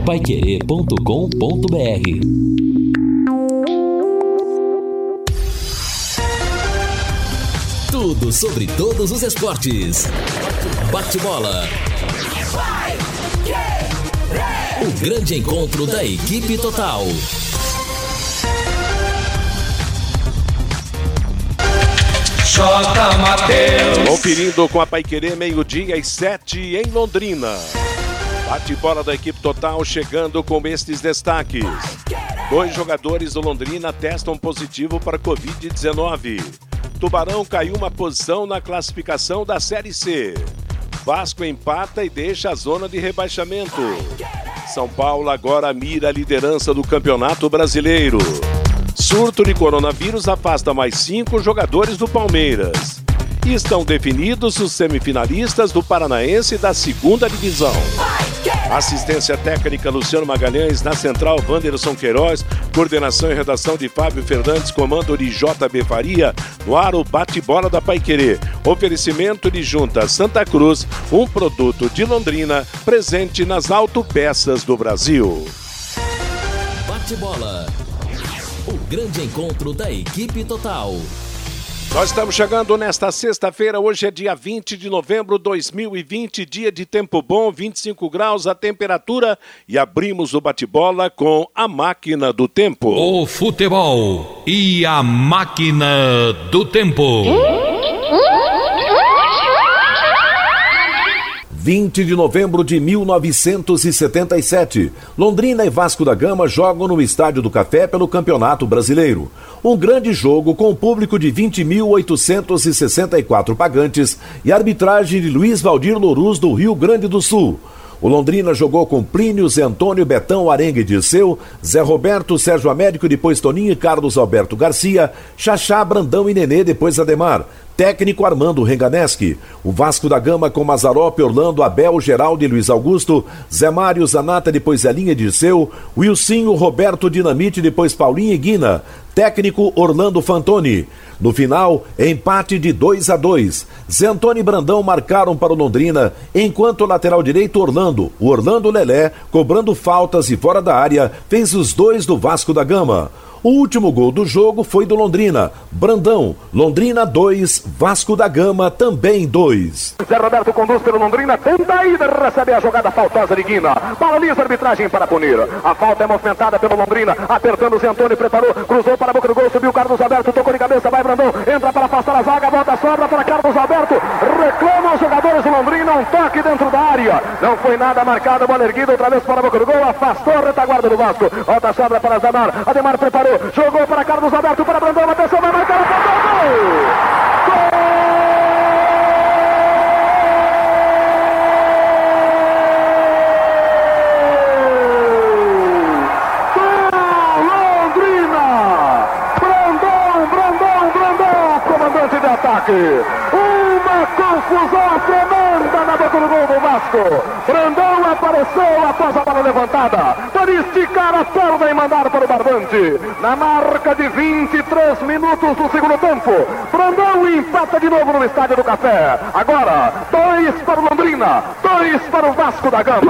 paiquerê.com.br. Tudo sobre todos os esportes. Bate-bola. O grande encontro da equipe total. J. Mateus. Conferindo com a Paiquerê, 12h07 em Londrina. Bate-bola da equipe total chegando com estes destaques. 2 jogadores do Londrina testam positivo para Covid-19. Tubarão caiu uma posição na classificação da Série C. Vasco empata e deixa a zona de rebaixamento. São Paulo agora mira a liderança do Campeonato Brasileiro. Surto de coronavírus afasta mais 5 jogadores do Palmeiras. E estão definidos os semifinalistas do Paranaense da 2ª Divisão. Assistência técnica Luciano Magalhães, na central Wanderson Queiroz, coordenação e redação de Fábio Fernandes, comando de JB Faria, no ar o bate-bola da Paiquerê. Oferecimento de Junta Santa Cruz, um produto de Londrina, presente nas autopeças do Brasil. Bate-bola. O grande encontro da equipe total. Nós estamos chegando nesta sexta-feira, hoje é dia 20 de novembro de 2020, dia de tempo bom, 25 graus a temperatura, e abrimos o bate-bola com a máquina do tempo. O futebol e a máquina do tempo. 20 de novembro de 1977, Londrina e Vasco da Gama jogam no Estádio do Café pelo Campeonato Brasileiro. Um grande jogo com um público de 20.864 pagantes e arbitragem de Luiz Valdir Louruz do Rio Grande do Sul. O Londrina jogou com Plínio, Zé Antônio, Betão, Arengue e Dirceu, Zé Roberto, Sérgio Américo, depois Toninho e Carlos Alberto Garcia, Xaxá, Brandão e Nenê, depois Ademar. Técnico Armando Renganeschi. O Vasco da Gama com Mazzaropi, Orlando, Abel, Geraldo e Luiz Augusto, Zé Mário, Zanata, depois Zelinha e Dirceu, Wilsinho, Roberto, Dinamite, depois Paulinho e Guina. Técnico Orlando Fantoni. No final, empate de 2-2. Zé Antônio e Brandão marcaram para o Londrina, enquanto o lateral direito o Orlando Lelé, cobrando faltas e fora da área, fez os 2 do Vasco da Gama. O último gol do jogo foi do Londrina. Brandão, Londrina 2, Vasco da Gama também 2. Zé Roberto conduz pelo Londrina, tenta a ida, recebe a jogada faltosa de Guina. Balaliza a arbitragem para punir. A falta é movimentada pelo Londrina, apertando o Zé Antônio, preparou, cruzou para a boca do gol, subiu Carlos Alberto, tocou de cabeça, vai Brandão, entra para afastar a zaga, volta, sobra para Carlos Alberto, reclamam os jogadores do Londrina, um toque dentro da área. Não foi nada marcado, bola erguida, outra vez para a boca do gol, afastou a retaguarda do Vasco. Volta, sobra para Ademar, Ademar preparou, jogou para Carlos Alberto, para Brandão, atenção, vai marcar o gol! Londrina! Brandão, comandante de ataque. Uma confusão tremenda na boca do gol do Vasco. Brandão apareceu após a bola levantada para esticar a perna e mandar para o barbante. Na marca de 23 minutos do segundo tempo, Brandão empata de novo no Estádio do Café. Agora, 2 para o Londrina, 2 para o Vasco da Gama.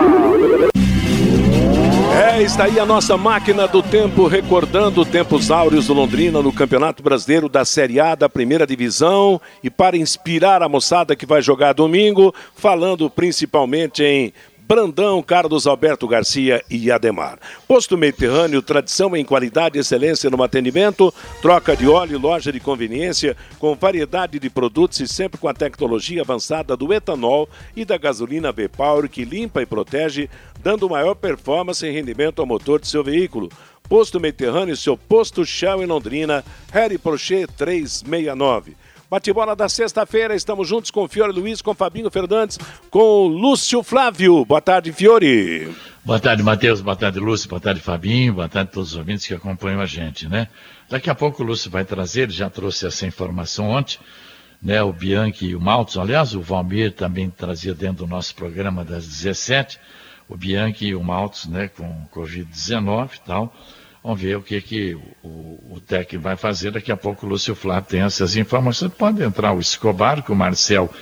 Está aí a nossa máquina do tempo, recordando tempos áureos do Londrina no Campeonato Brasileiro da Série A da 1ª Divisão, e para inspirar a moçada que vai jogar domingo, falando principalmente em Brandão, Carlos Alberto Garcia e Ademar. Posto Mediterrâneo, tradição em qualidade e excelência no atendimento, troca de óleo, loja de conveniência, com variedade de produtos e sempre com a tecnologia avançada do etanol e da gasolina V-Power, que limpa e protege, dando maior performance e rendimento ao motor de seu veículo. Posto Mediterrâneo, seu posto Shell em Londrina, Harry Prochet 369. Bate-bola da sexta-feira, estamos juntos com Fiore Luiz, com Fabinho Fernandes, com Lúcio Flávio. Boa tarde, Fiore. Boa tarde, Matheus. Boa tarde, Lúcio. Boa tarde, Fabinho. Boa tarde a todos os ouvintes que acompanham a gente, né? Daqui a pouco o Lúcio vai trazer, ele já trouxe essa informação ontem, né? O Bianchi e o Maltos, aliás, o Valmir também trazia dentro do nosso programa das 17, o Bianchi e o Maltos, né, com Covid-19 e tal. Vamos ver o que o técnico vai fazer. Daqui a pouco o Lúcio Flávio tem essas informações. Pode entrar o Escobar, que o Marcel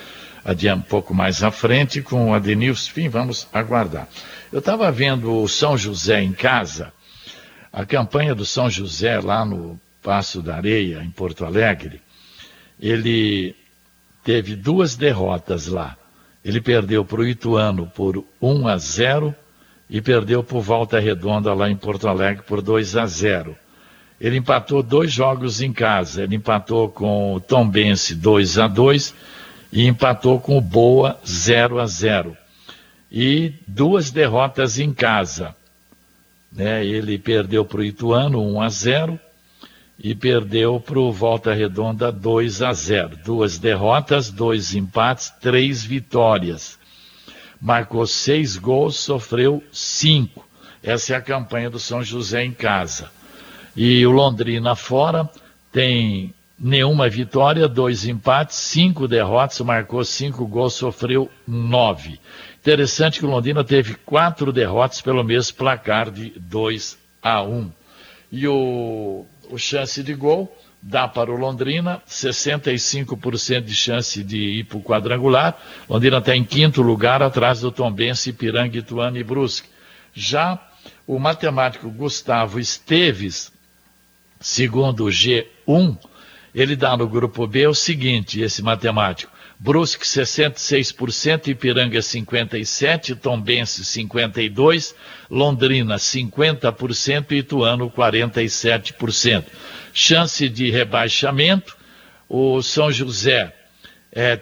um pouco mais à frente com o Adenilson. Enfim, vamos aguardar. Eu estava vendo o São José em casa, a campanha do São José lá no Paço da Areia, em Porto Alegre. Ele teve 2 derrotas lá. Ele perdeu para o Ituano por 1-0 e perdeu para o Volta Redonda lá em Porto Alegre por 2-0. Ele empatou 2 jogos em casa. Ele empatou com o Tombense 2-2 e empatou com o Boa 0-0. E 2 derrotas em casa. Né? Ele perdeu para o Ituano 1-0 e perdeu para o Volta Redonda 2-0. 2 derrotas, 2 empates, 3 vitórias. Marcou 6 gols, sofreu 5. Essa é a campanha do São José em casa. E o Londrina fora tem nenhuma vitória, 2 empates, 5 derrotas, marcou 5 gols, sofreu 9. Interessante que o Londrina teve 4 derrotas pelo mesmo placar de 2-1. E o chance de gol dá para o Londrina 65% de chance de ir para o quadrangular. Londrina está em 5º lugar, atrás do Tombense, Ipiranga, Ituano e Brusque. Já o matemático Gustavo Esteves, segundo o G1, ele dá no grupo B o seguinte, esse matemático: Brusque 66%, Ipiranga 57%, Tombense 52%, Londrina 50% e Ituano 47%. Chance de rebaixamento, o São José é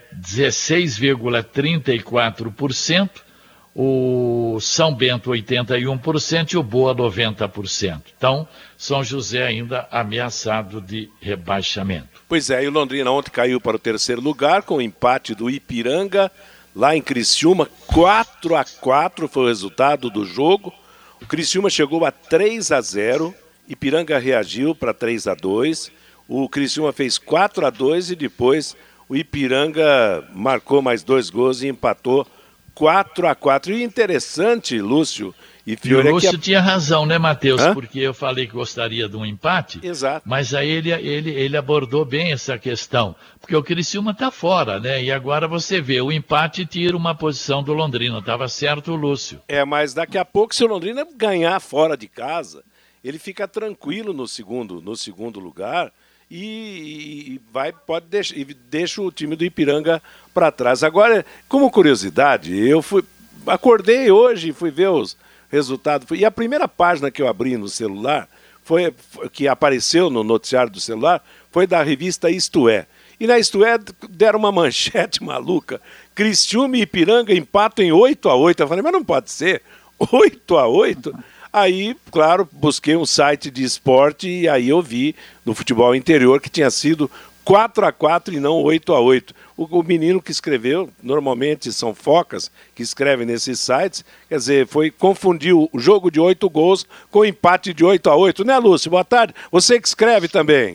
16,34%, o São Bento 81% e o Boa 90%. Então, São José ainda ameaçado de rebaixamento. Pois é, e o Londrina ontem caiu para o 3º lugar com o empate do Ipiranga, lá em Criciúma, 4-4 foi o resultado do jogo. O Criciúma chegou a 3-0, Ipiranga reagiu para 3-2, o Criciúma fez 4-2 e depois o Ipiranga marcou mais 2 gols e empatou 4-4. E interessante, Lúcio e Fiore... E o Lúcio tinha razão, né, Matheus? Porque eu falei que gostaria de um empate. Exato. Mas aí ele abordou bem essa questão. Porque o Criciúma está fora, né? E agora você vê, o empate tira uma posição do Londrina. Estava certo o Lúcio. Mas daqui a pouco, se o Londrina ganhar fora de casa, ele fica tranquilo no segundo lugar e deixa o time do Ipiranga para trás. Agora, como curiosidade, eu acordei hoje e fui ver os resultados. E a primeira página que eu abri no celular, que apareceu no noticiário do celular, foi da revista Isto É. E na Isto É deram uma manchete maluca. Criciúma e Ipiranga empatam em 8-8. Eu falei, mas não pode ser. 8-8? Aí, claro, busquei um site de esporte e aí eu vi no futebol interior que tinha sido 4-4 e não 8-8. O menino que escreveu, normalmente são focas que escrevem nesses sites, quer dizer, confundiu o jogo de 8 gols com o empate de 8-8. Né, Lúcio? Boa tarde. Você que escreve também.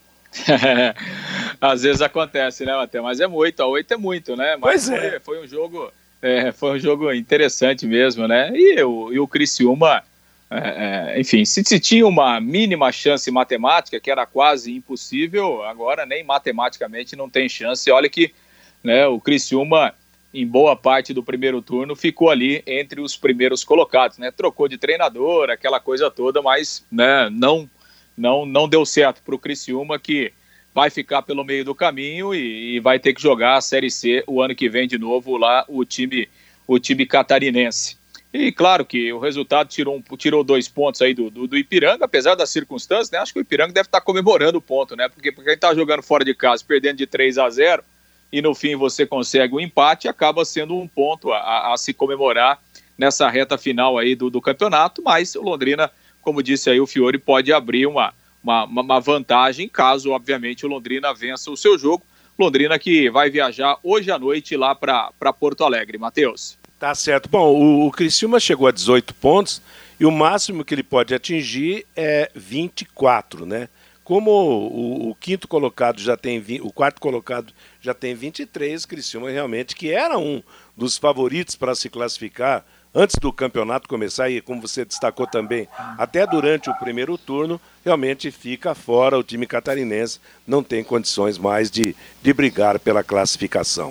Às vezes acontece, né, Matheus? Mas 8-8 é muito, né? Mas pois é. Foi um jogo interessante mesmo, né? E o Criciúma... enfim, se tinha uma mínima chance matemática, que era quase impossível, agora nem matematicamente não tem chance. Olha que, né, o Criciúma, em boa parte do primeiro turno, ficou ali entre os primeiros colocados, né? Trocou de treinador, aquela coisa toda, mas, né, não deu certo para o Criciúma, que vai ficar pelo meio do caminho e vai ter que jogar a Série C o ano que vem de novo lá, o time catarinense. E claro que o resultado tirou 2 pontos aí do Ipiranga, apesar das circunstâncias, né? Acho que o Ipiranga deve estar comemorando o ponto, né? Porque quem está jogando fora de casa, perdendo de 3-0, e no fim você consegue um empate, acaba sendo um ponto a se comemorar nessa reta final aí do campeonato, mas o Londrina, como disse aí o Fiore, pode abrir uma vantagem, caso, obviamente, o Londrina vença o seu jogo. Londrina que vai viajar hoje à noite lá para Porto Alegre. Matheus. Tá certo. Bom, o Criciúma chegou a 18 pontos e o máximo que ele pode atingir é 24, né? Como o quinto colocado já tem o quarto colocado já tem 23, o Criciúma realmente, que era um dos favoritos para se classificar antes do campeonato começar, e como você destacou também, até durante o primeiro turno, realmente fica fora. O time catarinense não tem condições mais de brigar pela classificação.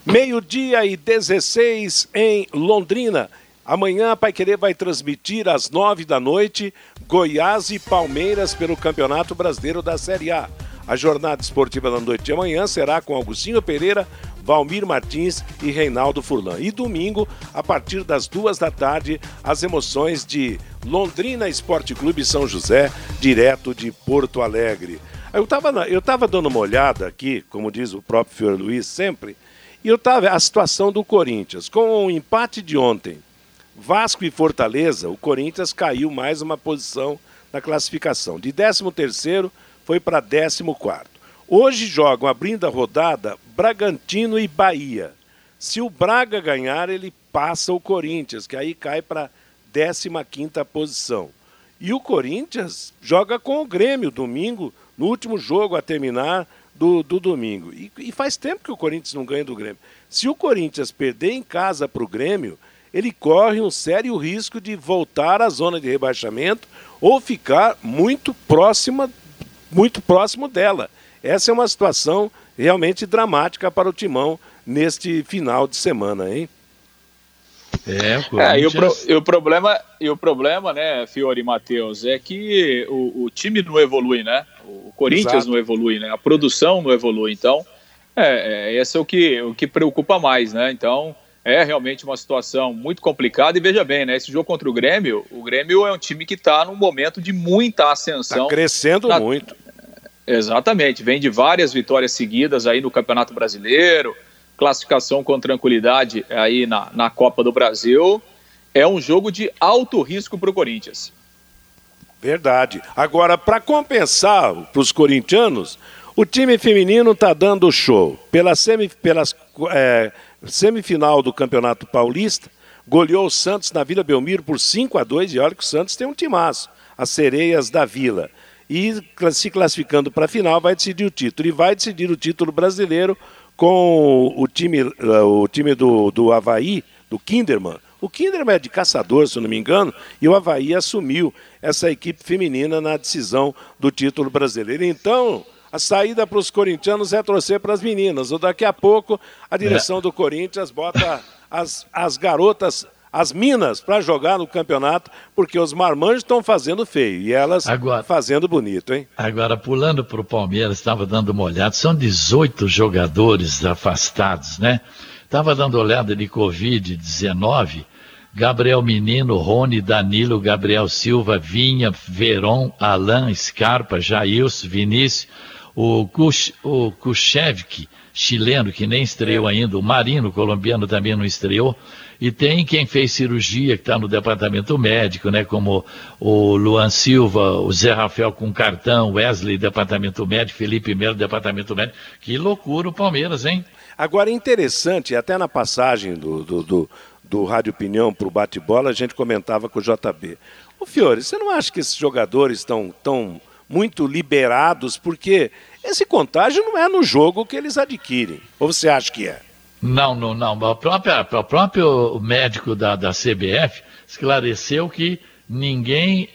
12:16 em Londrina. Amanhã a Paiquerê vai transmitir às 9h Goiás e Palmeiras pelo Campeonato Brasileiro da Série A. A jornada esportiva da noite de amanhã será com Augustinho Pereira, Valmir Martins e Reinaldo Furlan. E domingo, a partir das 14h, as emoções de Londrina Esporte Clube São José, direto de Porto Alegre. Eu tava dando uma olhada aqui, como diz o próprio Fior Luiz sempre, e a situação do Corinthians. Com o empate de ontem, Vasco e Fortaleza, o Corinthians caiu mais uma posição na classificação. De 13º foi para 14º. Hoje jogam, abrindo a rodada, Bragantino e Bahia. Se o Braga ganhar, ele passa o Corinthians, que aí cai para 15ª posição. E o Corinthians joga com o Grêmio domingo, no último jogo a terminar do domingo. E faz tempo que o Corinthians não ganha do Grêmio. Se o Corinthians perder em casa para o Grêmio, ele corre um sério risco de voltar à zona de rebaixamento ou ficar muito próximo dela. Essa é uma situação realmente dramática para o Timão neste final de semana, hein? E o problema, né, Fiore e Matheus, é que o time não evolui, né? O Corinthians Exato. Não evolui, né? A produção não evolui. Então, esse é o que preocupa mais, né? Então, é realmente uma situação muito complicada. E veja bem, né? Esse jogo contra o Grêmio é um time que está num momento de muita ascensão. Está crescendo muito. Exatamente. Vem de várias vitórias seguidas aí no Campeonato Brasileiro, classificação com tranquilidade aí na Copa do Brasil. É um jogo de alto risco para o Corinthians. Verdade. Agora, para compensar para os corintianos, o time feminino está dando show. Pela semifinal do Campeonato Paulista, goleou o Santos na Vila Belmiro por 5-2, e olha que o Santos tem um timaço, as Sereias da Vila. E se classificando para a final, vai decidir o título. E vai decidir o título brasileiro com o time do Avaí, do Kinderman. O Kinderman é de Caçador, se eu não me engano, e o Avaí assumiu essa equipe feminina na decisão do título brasileiro. Então, a saída para os corintianos é torcer para as meninas. Ou daqui a pouco, a direção do Corinthians bota as garotas, as minas, para jogar no campeonato, porque os marmanjos estão fazendo feio e elas fazendo bonito, hein? Agora, pulando para o Palmeiras, estava dando uma olhada, são 18 jogadores afastados, né? Estava dando olhada de Covid-19, Gabriel Menino, Rony, Danilo, Gabriel Silva, Vinha, Veron, Alain, Scarpa, Jailson, Vinícius, o Kuchevski, chileno, que nem estreou ainda, o Marino, colombiano, também não estreou, e tem quem fez cirurgia, que está no departamento médico, né, como o Luan Silva, o Zé Rafael com cartão, Wesley, departamento médico, Felipe Melo, departamento médico. Que loucura o Palmeiras, hein? Agora, interessante, até na passagem do Rádio Opinião para o bate-bola, a gente comentava com o JB. Ô Fiore, você não acha que esses jogadores estão tão muito liberados, porque esse contágio não é no jogo que eles adquirem? Ou você acha que é? Não. O próprio médico da CBF esclareceu que ninguém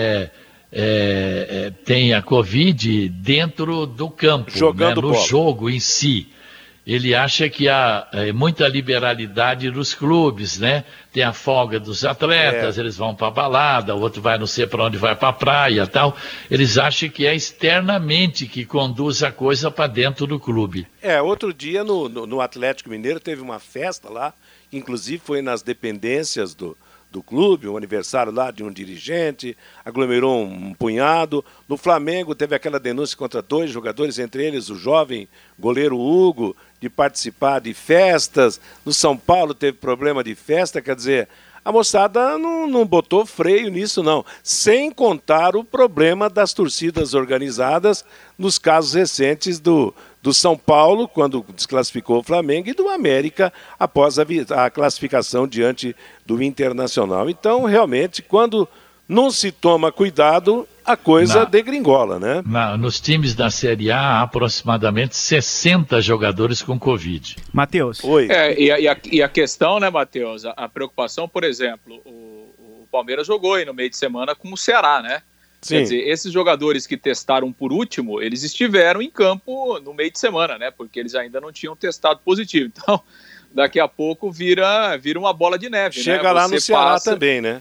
tem a Covid dentro do campo, jogando no jogo em si. Ele acha que há muita liberalidade dos clubes, né? Tem a folga dos atletas, eles vão para a balada, o outro vai não sei para onde, vai para a praia e tal. Eles acham que é externamente que conduz a coisa para dentro do clube. Outro dia no Atlético Mineiro teve uma festa lá, inclusive foi nas dependências do clube, um aniversário lá de um dirigente, aglomerou um punhado. No Flamengo teve aquela denúncia contra 2 jogadores, entre eles o jovem goleiro Hugo, de participar de festas. No São Paulo teve problema de festa, quer dizer, a moçada não botou freio nisso não, sem contar o problema das torcidas organizadas nos casos recentes do São Paulo, quando desclassificou o Flamengo, e do América após a classificação diante do Internacional. Então, realmente, quando não se toma cuidado, a coisa degringola, né? Nos times da Série A, há aproximadamente 60 jogadores com Covid. Matheus. Oi. E a questão, né, Matheus? A preocupação, por exemplo, o Palmeiras jogou aí no meio de semana com o Ceará, né? Quer dizer, esses jogadores que testaram por último, eles estiveram em campo no meio de semana, né? Porque eles ainda não tinham testado positivo. Então, daqui a pouco vira uma bola de neve. Chega, né? lá no Ceará também, né?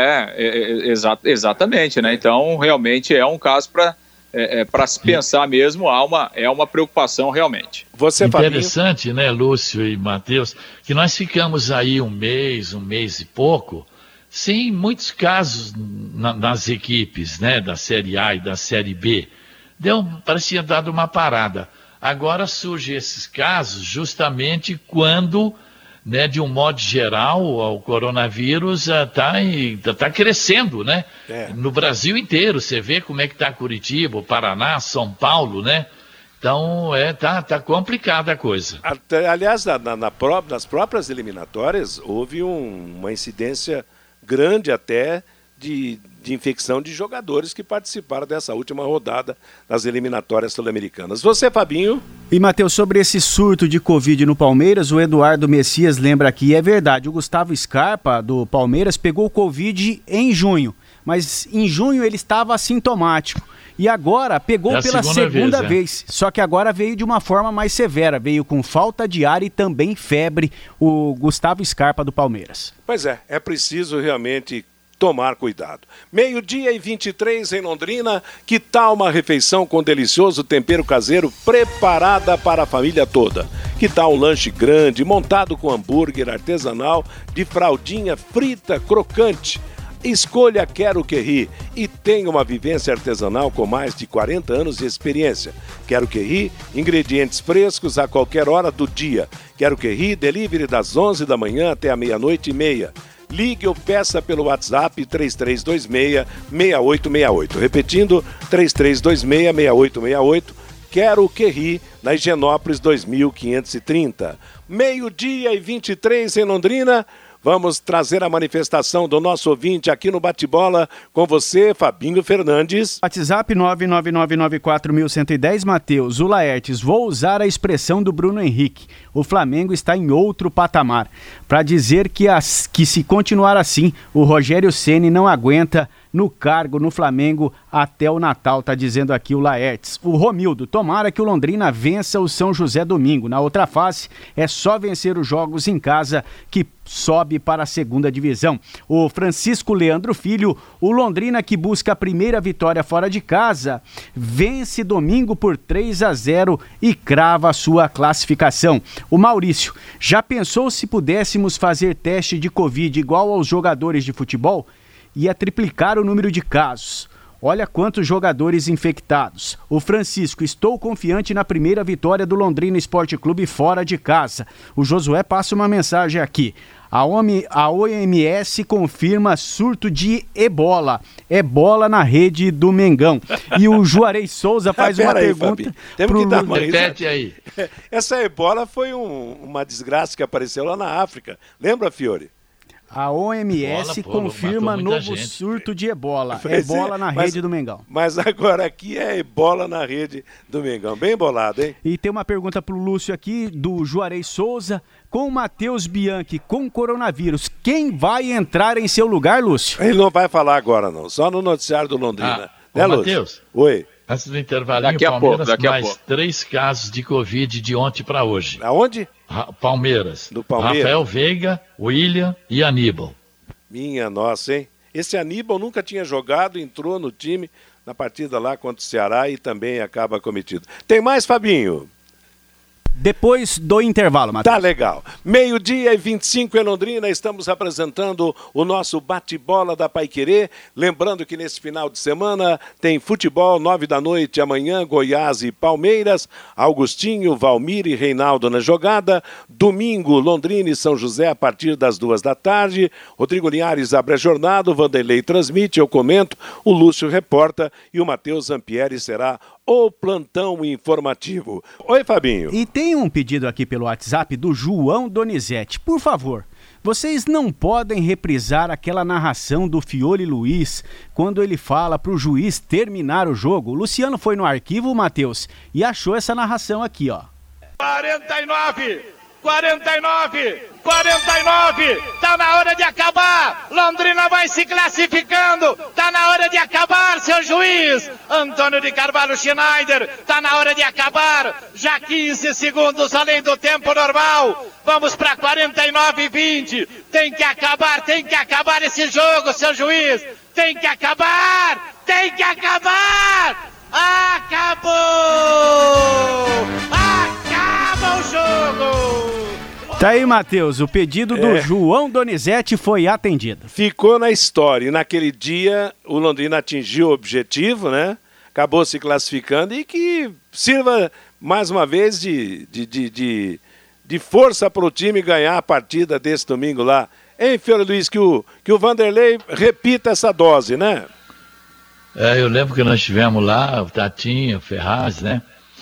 Exatamente, né? Então, realmente é um caso para se pensar mesmo, é uma preocupação realmente. Você, interessante, né, Lúcio e Matheus, que nós ficamos aí um mês e pouco, sem muitos casos nas equipes, né, da Série A e da Série B. Parecia dado uma parada. Agora surgem esses casos justamente quando, né, de um modo geral, o coronavírus está crescendo, né? No Brasil inteiro. Você vê como é que está Curitiba, Paraná, São Paulo, né? Então, tá complicada a coisa. Aliás, nas próprias eliminatórias, houve uma incidência grande até de infecção de jogadores que participaram dessa última rodada das eliminatórias sul-americanas. Você, Fabinho? E, Matheus, sobre esse surto de Covid no Palmeiras, o Eduardo Messias lembra aqui, é verdade, o Gustavo Scarpa, do Palmeiras, pegou Covid em junho, mas em junho ele estava assintomático. E agora pegou pela segunda vez, só que agora veio de uma forma mais severa, veio com falta de ar e também febre, o Gustavo Scarpa do Palmeiras. Pois é preciso realmente tomar cuidado. 12:23 em Londrina, que tal uma refeição com delicioso tempero caseiro preparada para a família toda? Que tal um lanche grande, montado com hambúrguer artesanal de fraldinha frita crocante? Escolha Quero Que Ri e tenha uma vivência artesanal com mais de 40 anos de experiência. Quero Que Ri, ingredientes frescos a qualquer hora do dia. Quero Que Ri, delivery das 11 da manhã até a 00:30. Ligue ou peça pelo WhatsApp 3326-6868. Repetindo, 3326-6868. Quero Que Ri, na Higienópolis 2530. 12:23 em Londrina. Vamos trazer a manifestação do nosso ouvinte aqui no Bate-Bola com você, Fabinho Fernandes. WhatsApp 999941110, Matheus. O Laertes, vou usar a expressão do Bruno Henrique. O Flamengo está em outro patamar. Para dizer que se continuar assim, o Rogério Ceni não aguenta no cargo no Flamengo até o Natal, tá dizendo aqui o Laertes. O Romildo, tomara que o Londrina vença o São José domingo. Na outra face, é só vencer os jogos em casa que sobe para a segunda divisão. O Francisco Leandro Filho, o Londrina que busca a primeira vitória fora de casa, vence domingo por 3-0 e crava a sua classificação. O Maurício, já pensou se pudéssemos fazer teste de Covid igual aos jogadores de futebol? Ia triplicar o número de casos. Olha quantos jogadores infectados. O Francisco, estou confiante na primeira vitória do Londrina Esporte Clube fora de casa. O Josué passa uma mensagem aqui. A OMS confirma surto de ebola. Ebola na rede do Mengão. E o Juarez Souza faz uma pergunta. Temos que dar uma repete aí. Essa ebola foi uma desgraça que apareceu lá na África. Lembra, Fiore? A OMS confirma novo surto de ebola. Ebola na rede do Mengão. Mas agora aqui é ebola na rede do Mengão. Bem bolado, hein? E tem uma pergunta pro Lúcio aqui, do Juarez Souza. Com o Matheus Bianchi com coronavírus, quem vai entrar em seu lugar, Lúcio? Ele não vai falar agora, não. Só no noticiário do Londrina. Né, Lúcio? Matheus. Oi. Antes do intervalinho, Palmeiras mais 3 casos de Covid de ontem para hoje. Aonde? Palmeiras. Do Palmeiras. Rafael Veiga, William e Aníbal. Minha nossa, hein? Esse Aníbal nunca tinha jogado, entrou no time na partida lá contra o Ceará e também acaba cometido. Tem mais, Fabinho? Depois do intervalo, Matheus. Tá legal. 12:25 em Londrina, estamos apresentando o nosso bate-bola da Paiquerê. Lembrando que nesse final de semana tem futebol, 9 da noite, amanhã, Goiás e Palmeiras, Augustinho, Valmir e Reinaldo na jogada. Domingo, Londrina e São José a partir das 2 da tarde. Rodrigo Linhares abre a jornada, o Vanderlei transmite, eu comento, o Lúcio reporta e o Matheus Zampieri será o plantão informativo. Oi, Fabinho. E tem um pedido aqui pelo WhatsApp do João Donizete. Por favor, vocês não podem reprisar aquela narração do Fiore Luiz quando ele fala para o juiz terminar o jogo. O Luciano foi no arquivo, Matheus, e achou essa narração aqui, ó. 49, 49, tá na hora de acabar, Londrina vai se classificando, tá na hora de acabar, seu juiz, Antônio de Carvalho Schneider, tá na hora de acabar, já 15 segundos além do tempo normal, vamos para 49-20, tem que acabar esse jogo, seu juiz, tem que acabar, acabou, acaba o jogo. Tá aí, Matheus, o pedido do João Donizete foi atendido. Ficou na história, e naquele dia o Londrina atingiu o objetivo, né? Acabou se classificando e que sirva mais uma vez de força para o time ganhar a partida desse domingo lá. Hein, Fiore Luiz, que o Vanderlei repita essa dose, né? Eu lembro que nós tivemos lá o Tatinho, o Ferraz, né?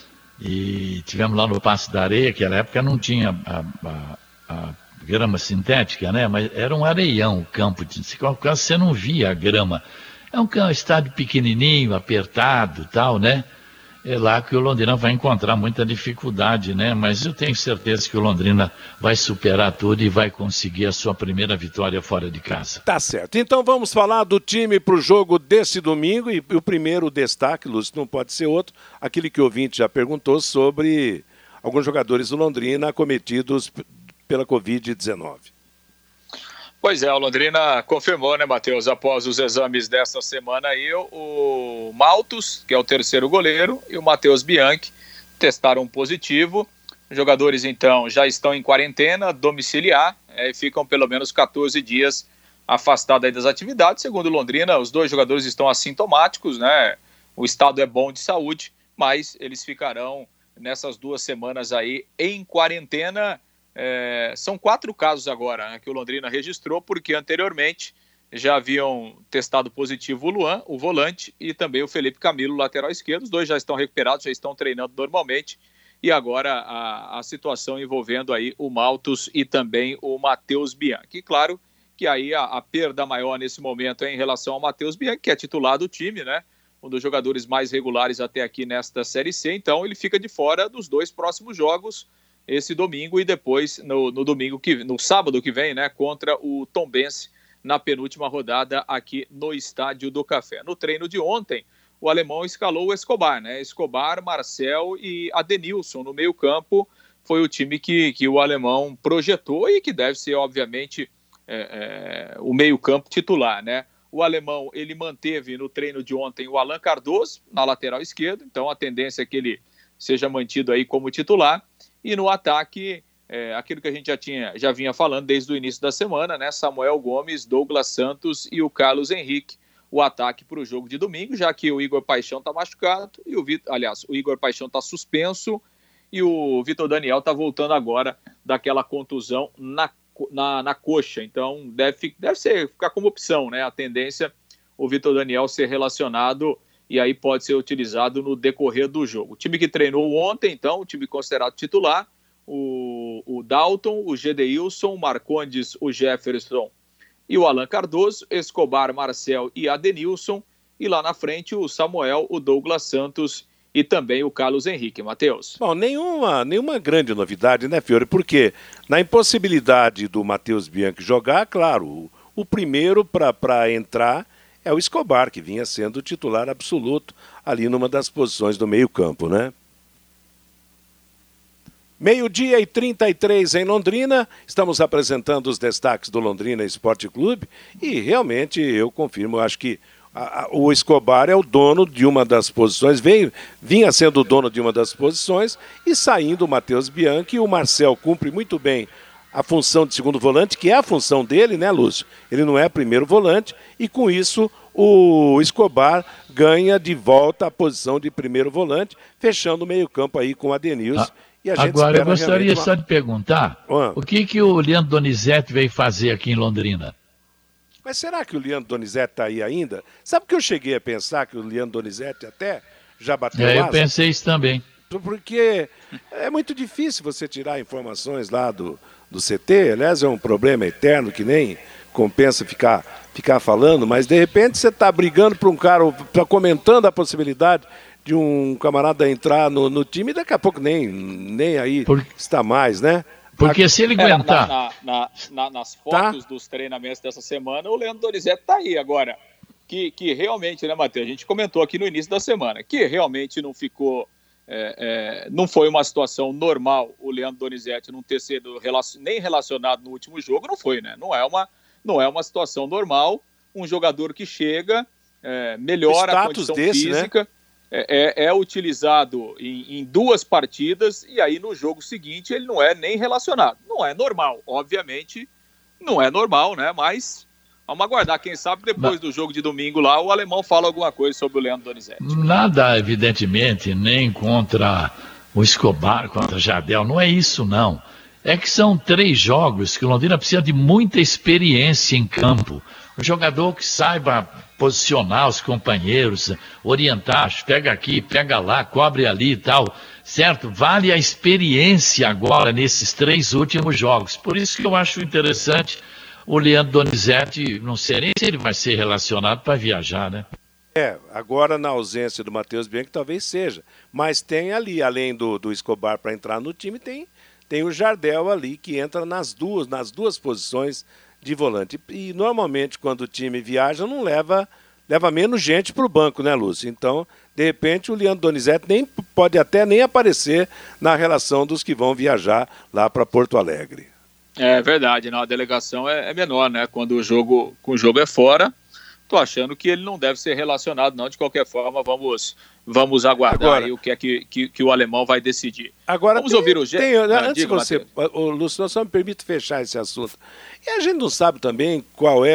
E tivemos lá no Passo da Areia, que na época não tinha a grama sintética, né? Mas era um areião o campo. Quase você não via a grama. É um estádio pequenininho, apertado e tal, né? É lá que o Londrina vai encontrar muita dificuldade, né? Mas eu tenho certeza que o Londrina vai superar tudo e vai conseguir a sua primeira vitória fora de casa. Tá certo. Então vamos falar do time para o jogo desse domingo e o primeiro destaque, Lúcio, não pode ser outro, aquele que o ouvinte já perguntou sobre alguns jogadores do Londrina acometidos pela Covid-19. Pois é, o Londrina confirmou, né, Matheus, após os exames desta semana aí, o Maltos, que é o terceiro goleiro, e o Matheus Bianchi testaram positivo. Os jogadores, então, já estão em quarentena domiciliar e ficam pelo menos 14 dias afastados aí das atividades. Segundo o Londrina, os dois jogadores estão assintomáticos, né? O estado é bom de saúde, mas eles ficarão nessas 2 semanas aí em quarentena. São 4 casos agora, né, que o Londrina registrou, porque anteriormente já haviam testado positivo o Luan, o volante, e também o Felipe Camilo, lateral esquerdo. Os dois já estão recuperados, já estão treinando normalmente, e agora a situação envolvendo aí o Maltos e também o Matheus Bianchi. E claro que aí a perda maior nesse momento é em relação ao Matheus Bianchi, que é titular do time, né? Um dos jogadores mais regulares até aqui nesta Série C, então ele fica de fora dos 2 próximos jogos, esse domingo e depois no sábado que vem, né, contra o Tombense na penúltima rodada aqui no Estádio do Café. No treino de ontem, o alemão escalou o Escobar, né? Escobar, Marcel e Adenilson no meio-campo. Foi o time que o alemão projetou e que deve ser, obviamente, o meio-campo titular, né? O alemão, ele manteve no treino de ontem o Alan Cardoso na lateral esquerda, então a tendência é que ele seja mantido aí como titular. E no ataque, aquilo que a gente já vinha falando desde o início da semana, né? Samuel Gomes, Douglas Santos e o Carlos Henrique, o ataque para o jogo de domingo, já que o Igor Paixão está machucado, e o Igor Paixão está suspenso, e o Vitor Daniel está voltando agora daquela contusão na coxa. Então deve ficar como opção, né? A tendência, o Vitor Daniel ser relacionado e aí pode ser utilizado no decorrer do jogo. O time que treinou ontem, então, o time considerado titular, o Dalton, o Gedeilson, o Marcondes, o Jefferson e o Alan Cardoso, Escobar, Marcel e Adenilson, e lá na frente o Samuel, o Douglas Santos e também o Carlos Henrique. Matheus? Bom, nenhuma grande novidade, né, Fiore? Porque na impossibilidade do Matheus Bianchi jogar, claro, o primeiro para entrar é o Escobar, que vinha sendo o titular absoluto ali numa das posições do meio-campo, né? 12h33 em Londrina, estamos apresentando os destaques do Londrina Esporte Clube e realmente eu confirmo, eu acho que o Escobar é o dono de uma das posições, vinha sendo o dono de uma das posições e saindo o Matheus Bianchi, o Marcel cumpre muito bem a função de segundo volante, que é a função dele, né, Lúcio? Ele não é primeiro volante e com isso o Escobar ganha de volta a posição de primeiro volante, fechando o meio-campo aí com o Adenilson. E a gente agora eu gostaria só de perguntar o que o Leandro Donizete veio fazer aqui em Londrina? Mas será que o Leandro Donizete está aí ainda? Sabe que eu cheguei a pensar que o Leandro Donizete até já bateu asa? Eu pensei isso também. Porque é muito difícil você tirar informações lá do CT, aliás é um problema eterno que nem compensa ficar falando, mas de repente você está brigando para um cara, está comentando a possibilidade de um camarada entrar no time e daqui a pouco nem aí está mais, né? Porque se ele aguentar... Nas fotos dos treinamentos dessa semana, o Leandro Donizete está aí agora. Que realmente, né, Matheus? A gente comentou aqui no início da semana, que realmente não ficou... não foi uma situação normal o Leandro Donizete não ter sido nem relacionado no último jogo, não foi, né? Não é uma situação normal. Um jogador que chega, melhora a condição física, né? É utilizado em 2 partidas e aí no jogo seguinte ele não é nem relacionado. Não é normal, obviamente não é normal, né? Mas vamos aguardar, quem sabe depois do jogo de domingo lá o alemão fala alguma coisa sobre o Leandro Donizete. Nada, evidentemente, nem contra o Escobar, contra o Jardel, não é isso não. É que são 3 jogos que o Londrina precisa de muita experiência em campo. Um jogador que saiba posicionar os companheiros, orientar, pega aqui, pega lá, cobre ali e tal, certo? Vale a experiência agora nesses 3 últimos jogos. Por isso que eu acho interessante o Leandro Donizete, não sei nem se ele vai ser relacionado para viajar, né? Agora na ausência do Matheus Bianchi talvez seja, mas tem ali, além do Escobar para entrar no time, tem o Jardel ali que entra nas duas posições de volante. E normalmente quando o time viaja não leva menos gente para o banco, né, Lúcio? Então, de repente, o Leandro Donizete pode até nem aparecer na relação dos que vão viajar lá para Porto Alegre. É verdade, a delegação é menor, né? Quando o jogo é fora, tô achando que ele não deve ser relacionado, não. De qualquer forma, vamos aguardar agora, aí o que é que o alemão vai decidir. Agora, vamos ouvir o Jeff. Antes de você, Lúcio, só me permite fechar esse assunto. E a gente não sabe também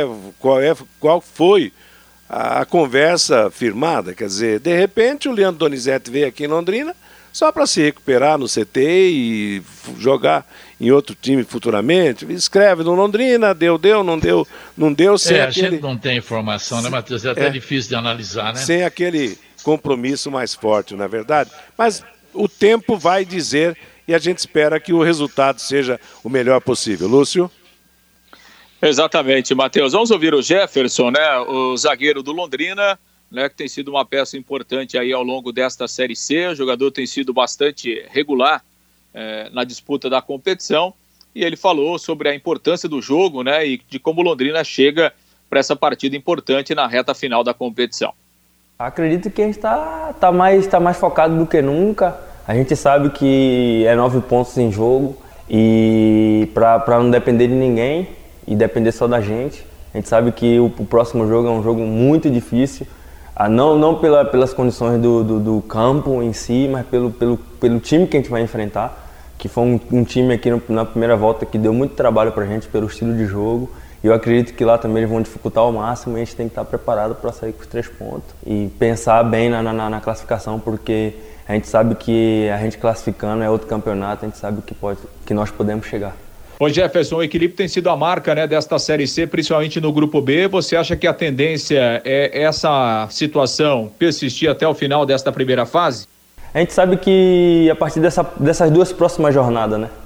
qual foi a conversa firmada. Quer dizer, de repente o Leandro Donizete veio aqui em Londrina só para se recuperar no CT e jogar em outro time futuramente. Escreve no Londrina, deu, não deu. A gente não tem informação, né, Matheus? É até difícil de analisar, né? Sem aquele compromisso mais forte, não é verdade? Mas o tempo vai dizer e a gente espera que o resultado seja o melhor possível. Lúcio? Exatamente, Matheus. Vamos ouvir o Jefferson, né, o zagueiro do Londrina, né, que tem sido uma peça importante aí ao longo desta Série C. O jogador tem sido bastante regular na disputa da competição e ele falou sobre a importância do jogo, né, e de como o Londrina chega para essa partida importante na reta final da competição. Acredito que a gente tá mais focado do que nunca. A gente sabe que é 9 pontos em jogo e para não depender de ninguém e depender só da gente. A gente sabe que o próximo jogo é um jogo muito difícil, não pelas condições do campo em si, mas pelo time que a gente vai enfrentar, que foi um time aqui na primeira volta que deu muito trabalho pra gente pelo estilo de jogo. E eu acredito que lá também eles vão dificultar ao máximo e a gente tem que estar preparado para sair com os 3 pontos. E pensar bem na classificação, porque a gente sabe que a gente classificando é outro campeonato, a gente sabe que nós podemos chegar. Ô Jefferson, o equilíbrio tem sido a marca, né, desta Série C, principalmente no Grupo B. Você acha que a tendência é essa situação persistir até o final desta primeira fase? A gente sabe que a partir dessas 2 próximas jornadas, né,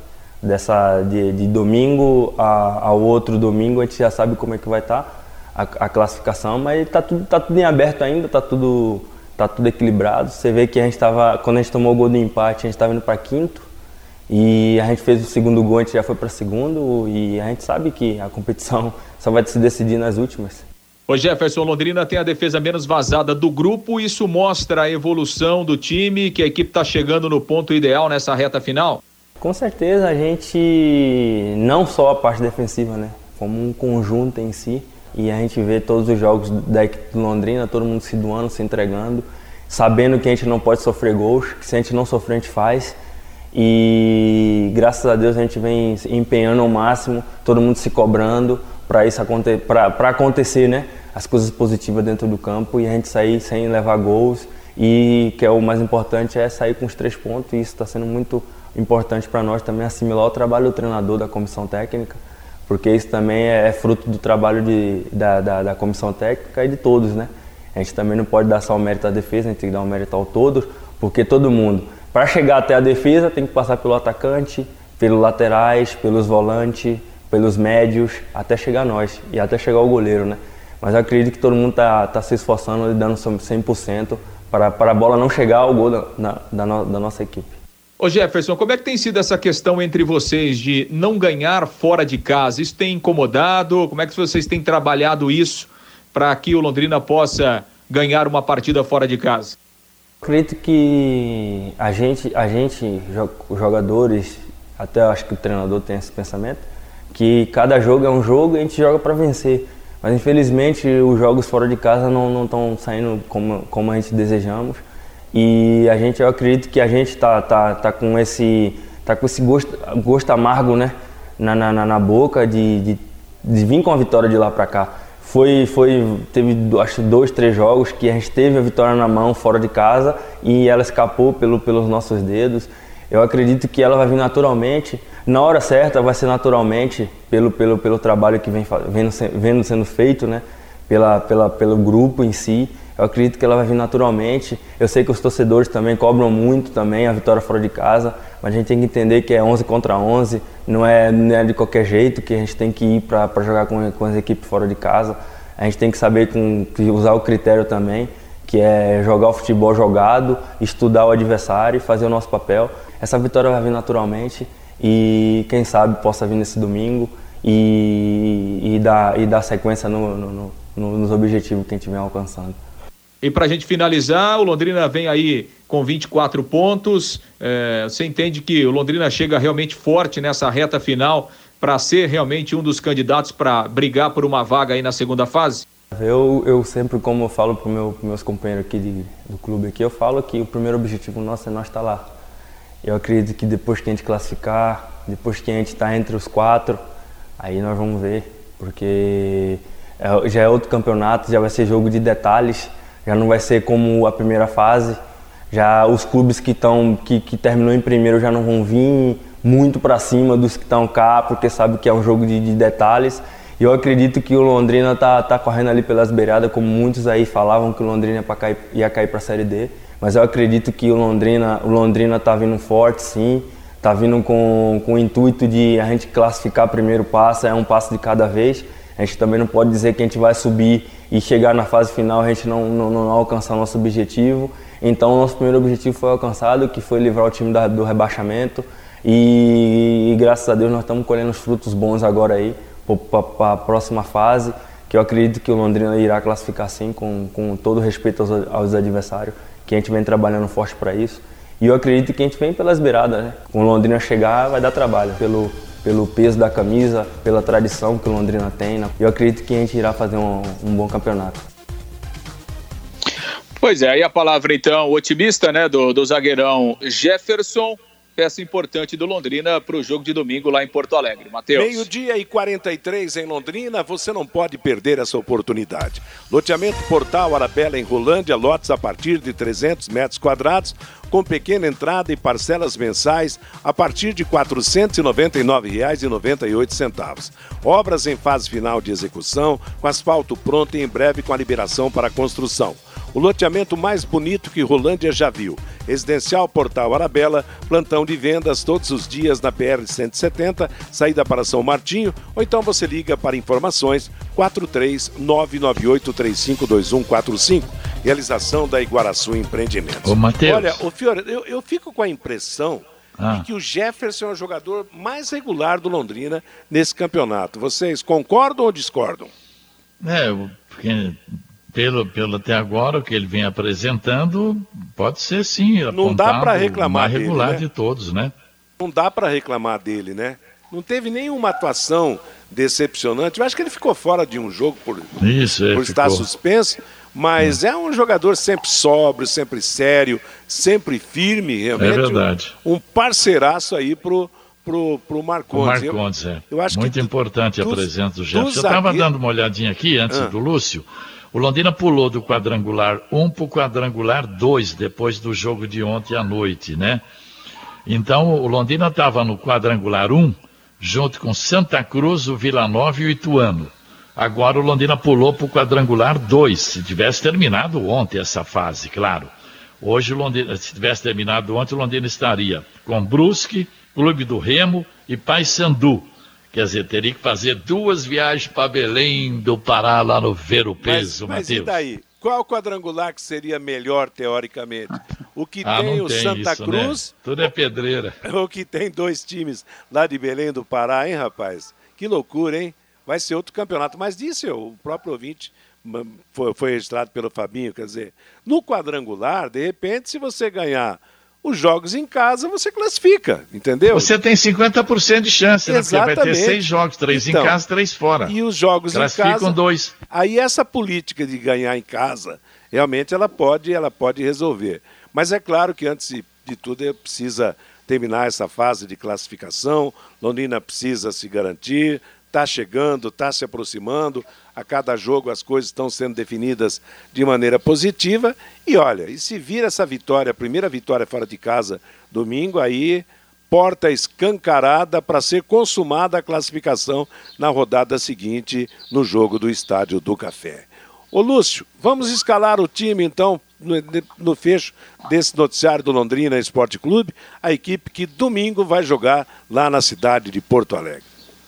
de domingo ao outro domingo, a gente já sabe como é que vai estar a classificação, mas tá tudo em aberto ainda, tá tudo equilibrado. Você vê que quando a gente tomou o gol do empate, a gente estava indo para 5º, e a gente fez o segundo gol, a gente já foi para 2º, e a gente sabe que a competição só vai se decidir nas últimas. Ô Jefferson, Londrina tem a defesa menos vazada do grupo, isso mostra a evolução do time, que a equipe está chegando no ponto ideal nessa reta final? Com certeza, a gente, não só a parte defensiva, né, como um conjunto em si, e a gente vê todos os jogos da equipe do Londrina, todo mundo se doando, se entregando, sabendo que a gente não pode sofrer gols, que se a gente não sofrer a gente faz, e graças a Deus a gente vem empenhando ao máximo, todo mundo se cobrando para acontecer, né, as coisas positivas dentro do campo e a gente sair sem levar gols, e que é o mais importante é sair com os 3 pontos, e isso está sendo muito importante para nós também, assimilar o trabalho do treinador, da comissão técnica, porque isso também é fruto do trabalho da comissão técnica e de todos, né? A gente também não pode dar só o mérito à defesa, a gente tem que dar o mérito ao todos, porque todo mundo, para chegar até a defesa, tem que passar pelo atacante, pelos laterais, pelos volantes, pelos médios, até chegar a nós e até chegar ao goleiro, né? Mas eu acredito que todo mundo tá se esforçando e dando 100% para a bola não chegar ao gol da nossa equipe. Ô Jefferson, como é que tem sido essa questão entre vocês de não ganhar fora de casa? Isso tem incomodado? Como é que vocês têm trabalhado isso para que o Londrina possa ganhar uma partida fora de casa? Acredito que a gente, os jogadores, até acho que o treinador tem esse pensamento, que cada jogo é um jogo e a gente joga para vencer. Mas infelizmente os jogos fora de casa não estão saindo como a gente desejamos. E eu acredito que a gente tá com esse gosto amargo, né, na boca de vir com a vitória de lá para cá. Teve acho 2, 3 jogos que a gente teve a vitória na mão fora de casa e ela escapou pelos nossos dedos. Eu acredito que ela vai vir naturalmente, na hora certa vai ser naturalmente pelo trabalho que vem sendo feito, né, pelo grupo em si. Eu acredito que ela vai vir naturalmente. Eu sei que os torcedores também cobram muito também a vitória fora de casa, mas a gente tem que entender que é 11 contra 11, não é de qualquer jeito que a gente tem que ir para jogar com as equipes fora de casa. A gente tem que saber usar o critério também, que é jogar o futebol jogado, estudar o adversário e fazer o nosso papel. Essa vitória vai vir naturalmente e quem sabe possa vir nesse domingo e dar sequência nos objetivos que a gente vem alcançando. E para a gente finalizar, o Londrina vem aí com 24 pontos. Você entende que o Londrina chega realmente forte nessa reta final para ser realmente um dos candidatos para brigar por uma vaga aí na segunda fase? Eu sempre, como eu falo para os meus companheiros aqui do clube, aqui, eu falo que o primeiro objetivo nosso é nós estar lá. Eu acredito que depois que a gente classificar, depois que a gente está entre os 4, aí nós vamos ver, porque já é outro campeonato, já vai ser jogo de detalhes. Já não vai ser como a primeira fase, já os clubes que terminou em primeiro já não vão vir muito para cima dos que estão cá, porque sabe que é um jogo de detalhes. E eu acredito que o Londrina tá correndo ali pelas beiradas, como muitos aí falavam que o Londrina ia cair para a Série D. Mas eu acredito que o Londrina tá vindo forte, sim, tá vindo com o intuito de a gente classificar primeiro passo, é um passo de cada vez. A gente também não pode dizer que a gente vai subir e chegar na fase final a gente não alcançar nosso objetivo. Então o nosso primeiro objetivo foi alcançado, que foi livrar o time do rebaixamento. E graças a Deus nós estamos colhendo os frutos bons agora aí para a próxima fase, que eu acredito que o Londrina irá classificar sim, com todo respeito aos adversários, que a gente vem trabalhando forte para isso. E eu acredito que a gente vem pelas beiradas, né? Com o Londrina chegar vai dar trabalho, pelo peso da camisa, pela tradição que o Londrina tem. Eu acredito que a gente irá fazer um bom campeonato. Pois é, aí a palavra então otimista, né, do zagueirão Jefferson, peça importante do Londrina para o jogo de domingo lá em Porto Alegre. Matheus. 12:43 em Londrina, você não pode perder essa oportunidade. Loteamento Portal Arabella em Rolândia, lotes a partir de 300 metros quadrados, com pequena entrada e parcelas mensais a partir de R$ 499,98. Obras em fase final de execução, com asfalto pronto e em breve com a liberação para a construção. O loteamento mais bonito que Rolândia já viu. Residencial Portal Arabella, plantão de vendas todos os dias na PR-170, saída para São Martinho, ou então você liga para informações 43998352145. Realização da Iguaraçu Empreendimentos. Ô, Matheus. Olha, ô Fiore, eu fico com a impressão de que o Jefferson é o jogador mais regular do Londrina nesse campeonato. Vocês concordam ou discordam? Porque pelo até agora, o que ele vem apresentando, pode ser sim. Não dá para reclamar dele, regular, né? De todos, né? Não dá para reclamar dele, né? Não teve nenhuma atuação decepcionante. Eu acho que ele ficou fora de um jogo por estar suspenso, mas é um jogador sempre sóbrio, sempre sério, sempre firme, realmente. É verdade. Um parceiraço aí pro Marcondes. O Marcondes, eu acho muito importante a presença do Jefferson. Eu estava dando uma olhadinha aqui antes do Lúcio. O Londrina pulou do quadrangular 1 para o quadrangular 2 depois do jogo de ontem à noite, né? Então o Londrina estava no quadrangular 1 junto com Santa Cruz, o Vila Nova e o Ituano. Agora o Londrina pulou para o quadrangular 2. Se tivesse terminado ontem essa fase, claro. Hoje o Londrina, se tivesse terminado ontem, o Londrina estaria com Brusque, Clube do Remo e Paysandu. Quer dizer, teria que fazer 2 viagens para Belém do Pará, lá no Ver o Peso, Mas Matheus. e daí? Qual quadrangular que seria melhor, teoricamente? O que tem o Santa Cruz... Né? Tudo é pedreira. O que tem 2 times lá de Belém do Pará, hein, rapaz? Que loucura, hein? Vai ser outro campeonato. Mas disse o próprio ouvinte, foi registrado pelo Fabinho, quer dizer, no quadrangular, de repente, se você ganhar os jogos em casa, você classifica, entendeu? Você tem 50% de chance, né? Porque vai ter 6 jogos, 3 então, em casa, 3 fora. E os jogos em casa... Classificam 2. Aí essa política de ganhar em casa, realmente ela pode resolver. Mas é claro que antes de tudo precisa terminar essa fase de classificação, Londrina precisa se garantir, está chegando, está se aproximando, a cada jogo as coisas estão sendo definidas de maneira positiva, e olha, e se vir essa vitória, a primeira vitória fora de casa, domingo, aí porta escancarada para ser consumada a classificação na rodada seguinte no jogo do Estádio do Café. Ô Lúcio, vamos escalar o time então no fecho desse noticiário do Londrina Esporte Clube, a equipe que domingo vai jogar lá na cidade de Porto Alegre.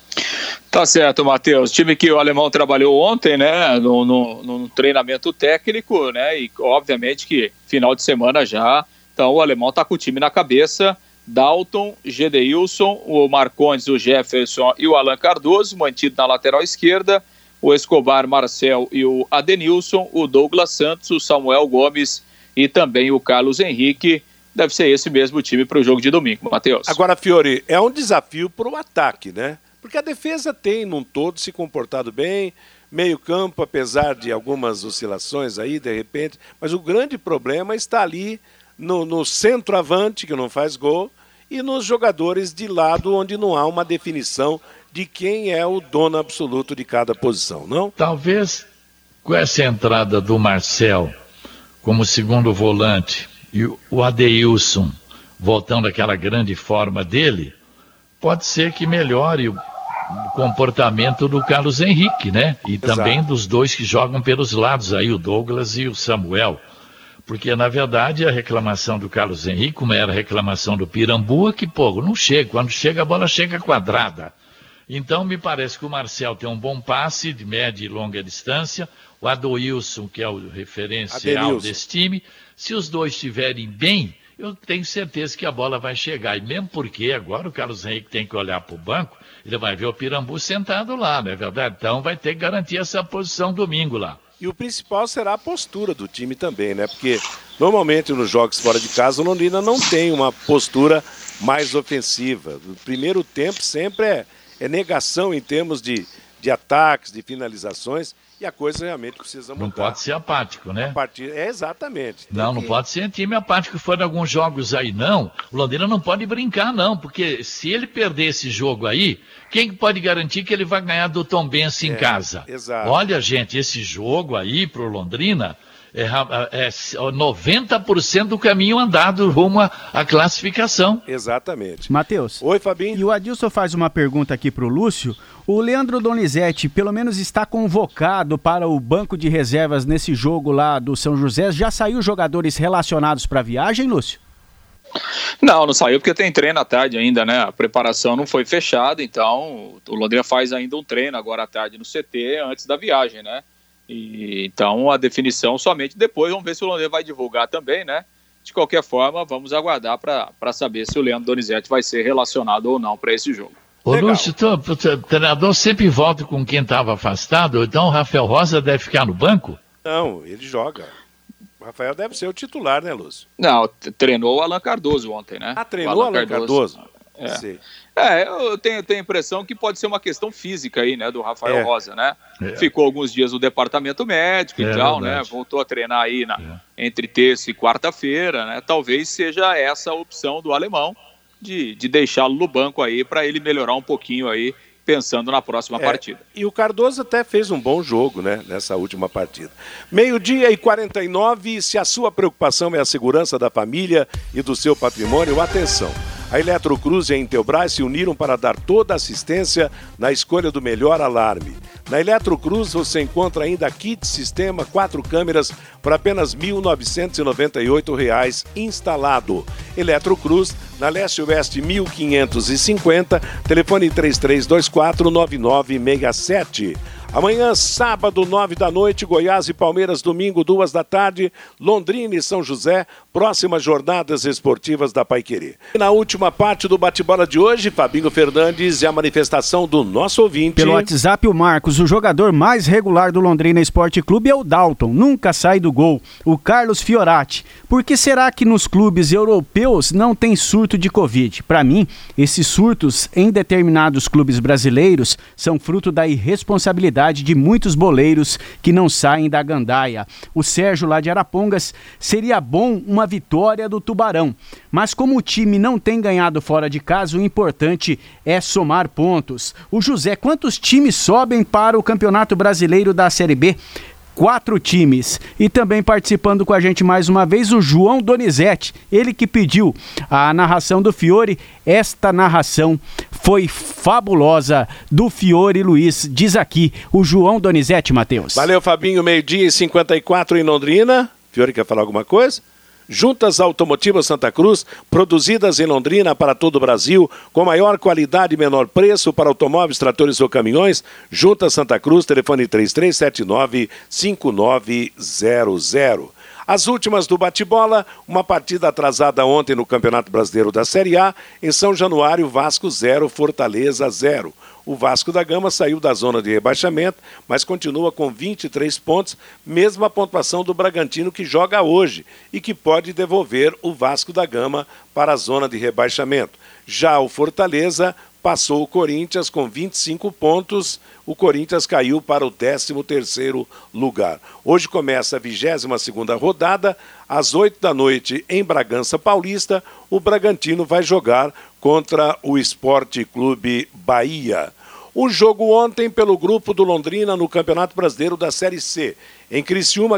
Tá certo, Matheus. Time que o Alemão trabalhou ontem, né, no treinamento técnico, né, e obviamente que final de semana já, então o Alemão tá com o time na cabeça, Dalton, Gedeilson, o Marcondes, o Jefferson e o Alan Cardoso, mantido na lateral esquerda, o Escobar, Marcel e o Adenilson, o Douglas Santos, o Samuel Gomes e também o Carlos Henrique. Deve ser esse mesmo time para o jogo de domingo, Matheus. Agora, Fiori, é um desafio para o ataque, né? Porque a defesa tem, num todo, se comportado bem, meio campo, apesar de algumas oscilações aí, de repente, mas o grande problema está ali no centroavante, que não faz gol, e nos jogadores de lado, onde não há uma definição de quem é o dono absoluto de cada posição, não? Talvez com essa entrada do Marcel como segundo volante e o Adeilson voltando àquela grande forma dele, pode ser que melhore o comportamento do Carlos Henrique, né? E Exato. Também dos dois que jogam pelos lados aí, o Douglas e o Samuel. Porque, na verdade, a reclamação do Carlos Henrique, como era a reclamação do Pirambu, é que, pô, não chega. Quando chega, a bola chega quadrada. Então, me parece que o Marcel tem um bom passe de média e longa distância. O Adoilson, que é o referencial desse time. Se os dois estiverem bem, eu tenho certeza que a bola vai chegar. E mesmo porque agora o Carlos Henrique tem que olhar para o banco, ele vai ver o Pirambu sentado lá, não é verdade? Então vai ter que garantir essa posição domingo lá. E o principal será a postura do time também, né? Porque normalmente nos jogos fora de casa o Londrina não tem uma postura mais ofensiva. No primeiro tempo sempre é negação em termos de ataques, de finalizações, e a coisa realmente precisa mudar. Não pode ser apático, né? Exatamente. Não pode ser time apático. Foram alguns jogos aí, não. O Londrina não pode brincar, não, porque se ele perder esse jogo aí, quem pode garantir que ele vai ganhar do Tombense em casa? Exato. Olha, gente, esse jogo aí pro Londrina é 90% do caminho andado rumo à classificação. Exatamente. Matheus. Oi, Fabinho. E o Adilson faz uma pergunta aqui pro Lúcio. O Leandro Donizete, pelo menos está convocado para o banco de reservas nesse jogo lá do São José. Já saiu jogadores relacionados para a viagem, Lúcio? Não saiu porque tem treino à tarde ainda, né? A preparação não foi fechada, então o Londrina faz ainda um treino agora à tarde no CT antes da viagem, né? E, então a definição somente depois, vamos ver se o Londrina vai divulgar também, né? De qualquer forma, vamos aguardar para saber se o Leandro Donizete vai ser relacionado ou não para esse jogo. Ô Lúcio, o treinador sempre volta com quem estava afastado, então o Rafael Rosa deve ficar no banco? Não, ele joga. O Rafael deve ser o titular, né, Lúcio? Não, treinou o Alan Cardoso ontem, né? Treinou o Alan Cardoso? Sim. Eu tenho a impressão que pode ser uma questão física aí, né, do Rafael Rosa, né? Ficou alguns dias no departamento médico e tal, né? Voltou a treinar aí entre terça e quarta-feira, né? Talvez seja essa a opção do alemão de deixá-lo no banco aí para ele melhorar um pouquinho aí, pensando na próxima partida. E o Cardoso até fez um bom jogo, né, nessa última partida. 12:49, se a sua preocupação é a segurança da família e do seu patrimônio, atenção. A Eletrocruz e a Intelbras se uniram para dar toda a assistência na escolha do melhor alarme. Na Eletrocruz você encontra ainda kit sistema 4 câmeras por apenas R$ 1.998 instalado. Eletrocruz, na Leste Oeste 1550, telefone 3324-9967. Amanhã, sábado, 9 da noite, Goiás e Palmeiras, domingo, 2 da tarde, Londrina e São José, próximas jornadas esportivas da Paiquerê. Na última parte do bate-bola de hoje, Fabinho Fernandes e a manifestação do nosso ouvinte. Pelo WhatsApp, o Marcos, o jogador mais regular do Londrina Esporte Clube é o Dalton, nunca sai do gol. O Carlos Fiorati, por que será que nos clubes europeus não tem surto de Covid? Para mim, esses surtos em determinados clubes brasileiros são fruto da irresponsabilidade de muitos boleiros que não saem da gandaia. O Sérgio lá de Arapongas, seria bom uma vitória do Tubarão, mas como o time não tem ganhado fora de casa, o importante é somar pontos. O José, quantos times sobem para o Campeonato Brasileiro da Série B? 4 times. E também participando com a gente mais uma vez o João Donizete, ele que pediu a narração do Fiore. Esta narração foi fabulosa do Fiore Luiz, diz aqui o João Donizete, Matheus. Valeu, Fabinho, 12h54 em Londrina. Fiore quer falar alguma coisa? Juntas Automotivas Santa Cruz, produzidas em Londrina para todo o Brasil, com maior qualidade e menor preço para automóveis, tratores ou caminhões. Juntas Santa Cruz, telefone 3379-5900. As últimas do bate-bola, uma partida atrasada ontem no Campeonato Brasileiro da Série A, em São Januário, Vasco 0, Fortaleza 0. O Vasco da Gama saiu da zona de rebaixamento, mas continua com 23 pontos, mesma pontuação do Bragantino que joga hoje e que pode devolver o Vasco da Gama para a zona de rebaixamento. Já o Fortaleza passou o Corinthians com 25 pontos, o Corinthians caiu para o 13º lugar. Hoje começa a 22ª rodada, às 8 da noite em Bragança Paulista, o Bragantino vai jogar contra o Esporte Clube Bahia. O jogo ontem pelo grupo do Londrina no Campeonato Brasileiro da Série C. Em Criciúma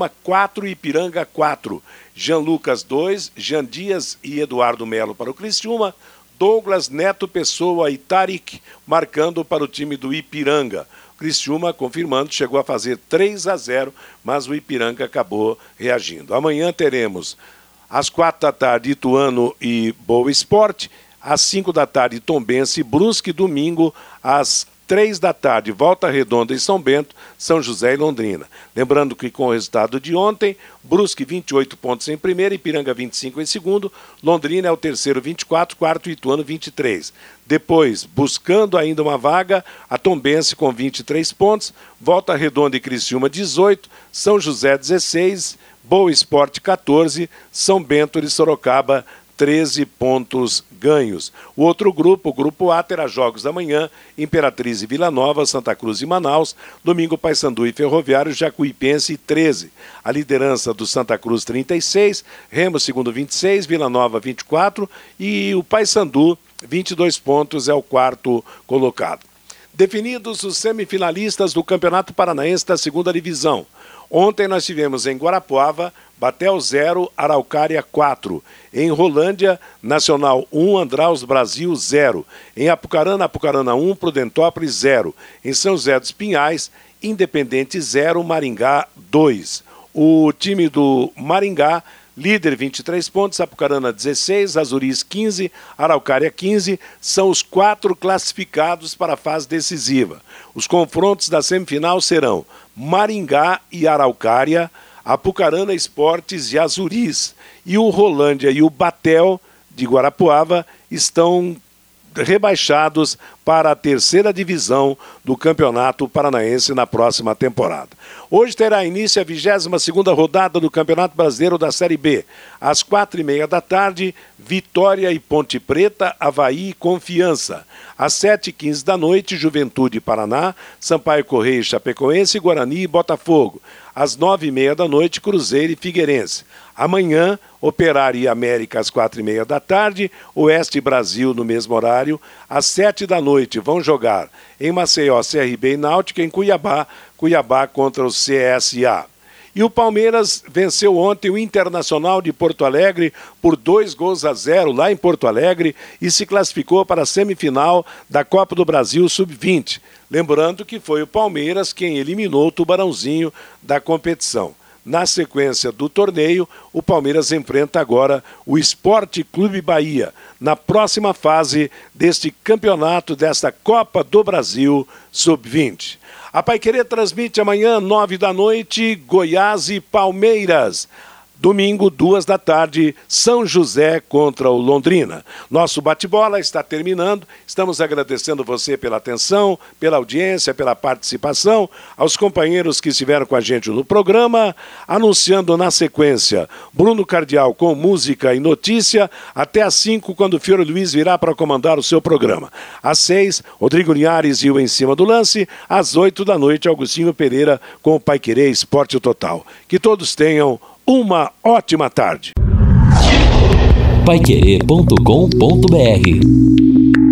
4, Ipiranga 4. Jean Lucas 2, Jean Dias e Eduardo Melo para o Criciúma. Douglas, Neto Pessoa e Tarik marcando para o time do Ipiranga. Criciúma, confirmando, chegou a fazer 3-0, mas o Ipiranga acabou reagindo. Amanhã teremos, às 4 da tarde, Ituano e Boa Esporte. Às 5 da tarde, Tombense e Brusque. Domingo, às 3 da tarde, Volta Redonda e São Bento, São José e Londrina. Lembrando que com o resultado de ontem, Brusque 28 pontos em primeiro, Ipiranga 25 em segundo, Londrina é o terceiro 24, quarto Ituano 23. Depois, buscando ainda uma vaga, a Tombense com 23 pontos, Volta Redonda e Criciúma 18, São José 16, Boa Esporte 14, São Bento e Sorocaba 13 pontos ganhos. O outro grupo, o grupo A, terá jogos amanhã, Imperatriz e Vila Nova, Santa Cruz e Manaus, domingo Paysandu e Ferroviário, Jacuipense 13. A liderança do Santa Cruz 36, Remo segundo 26, Vila Nova 24 e o Paysandu 22 pontos é o quarto colocado. Definidos os semifinalistas do Campeonato Paranaense da Segunda Divisão. Ontem nós tivemos em Guarapuava, Batel 0, Araucária 4. Em Rolândia, Nacional 1, Andraus Brasil 0. Em Apucarana, Apucarana 1, Prudentópolis 0. Em São José dos Pinhais, Independente 0, Maringá 2. O time do Maringá, líder 23 pontos, Apucarana 16, Azuris 15, Araucária 15, são os 4 classificados para a fase decisiva. Os confrontos da semifinal serão Maringá e Araucária, Apucarana Esportes e Azuris. E o Rolândia e o Batel de Guarapuava estão rebaixados para a terceira divisão do Campeonato Paranaense na próxima temporada. Hoje terá início a 22ª rodada do Campeonato Brasileiro da Série B. Às 4h30 da tarde, Vitória e Ponte Preta, Avaí e Confiança. Às 7h15 da noite, Juventude e Paraná, Sampaio Correia e Chapecoense, Guarani e Botafogo. Às 9h30 da noite, Cruzeiro e Figueirense. Amanhã, Operário e América às 4h30 da tarde, Oeste e Brasil no mesmo horário. Às 7 da noite vão jogar em Maceió, CRB e Náutica, em Cuiabá, Cuiabá contra o CSA. E o Palmeiras venceu ontem o Internacional de Porto Alegre por 2-0 lá em Porto Alegre e se classificou para a semifinal da Copa do Brasil Sub-20. Lembrando que foi o Palmeiras quem eliminou o Tubarãozinho da competição. Na sequência do torneio, o Palmeiras enfrenta agora o Esporte Clube Bahia, na próxima fase deste campeonato, desta Copa do Brasil Sub-20. A Paiquerê transmite amanhã, 9h, Goiás e Palmeiras. Domingo, 14h, São José contra o Londrina. Nosso bate-bola está terminando. Estamos agradecendo você pela atenção, pela audiência, pela participação, aos companheiros que estiveram com a gente no programa, anunciando na sequência Bruno Cardial com música e notícia, até às 5, quando o Fiore Luiz virá para comandar o seu programa. Às 6, Rodrigo Linhares e o Em Cima do Lance. Às 8h, Augustinho Pereira com o Paiquerê Esporte Total. Que todos tenham uma ótima tarde. Paiquerê.com.br